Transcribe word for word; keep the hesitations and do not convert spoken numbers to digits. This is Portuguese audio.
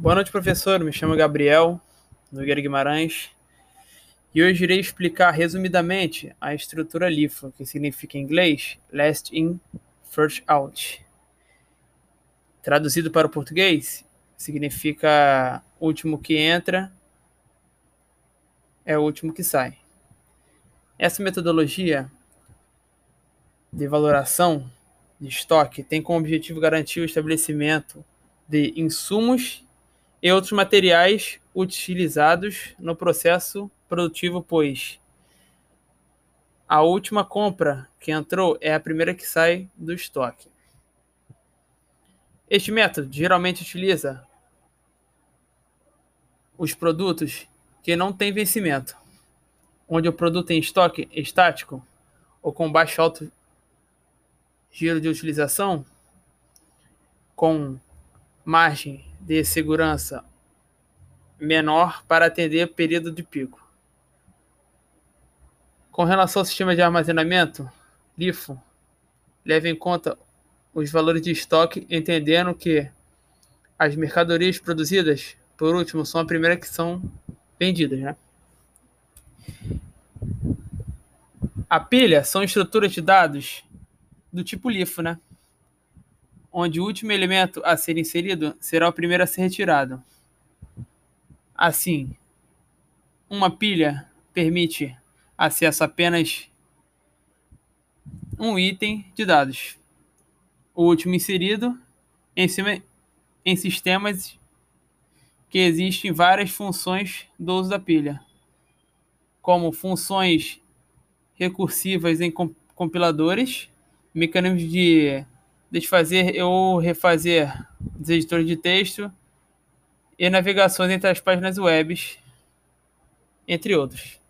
Boa noite, professor. Me chamo Gabriel Nogueira Guimarães e hoje irei explicar resumidamente a estrutura LIFO, que significa em inglês Last In, First Out. Traduzido para o português, significa último que entra é o último que sai. Essa metodologia de valoração de estoque tem como objetivo garantir o estabelecimento de insumos e outros materiais utilizados no processo produtivo, pois a última compra que entrou é a primeira que sai do estoque. Este método geralmente utiliza os produtos que não têm vencimento, onde o produto em estoque estático ou com baixo alto giro de utilização, com margem de segurança menor para atender período de pico. Com relação ao sistema de armazenamento, LIFO leva em conta os valores de estoque, entendendo que as mercadorias produzidas, por último, são a primeira que são vendidas, né? A pilha são estruturas de dados do tipo LIFO, né? Onde o último elemento a ser inserido será o primeiro a ser retirado. Assim, uma pilha permite acesso a apenas um item de dados. O último inserido em, cima, em sistemas que existem várias funções do uso da pilha, como funções recursivas em compiladores, mecanismos de desfazer ou refazer dos editores de texto e navegações entre as páginas web, entre outros.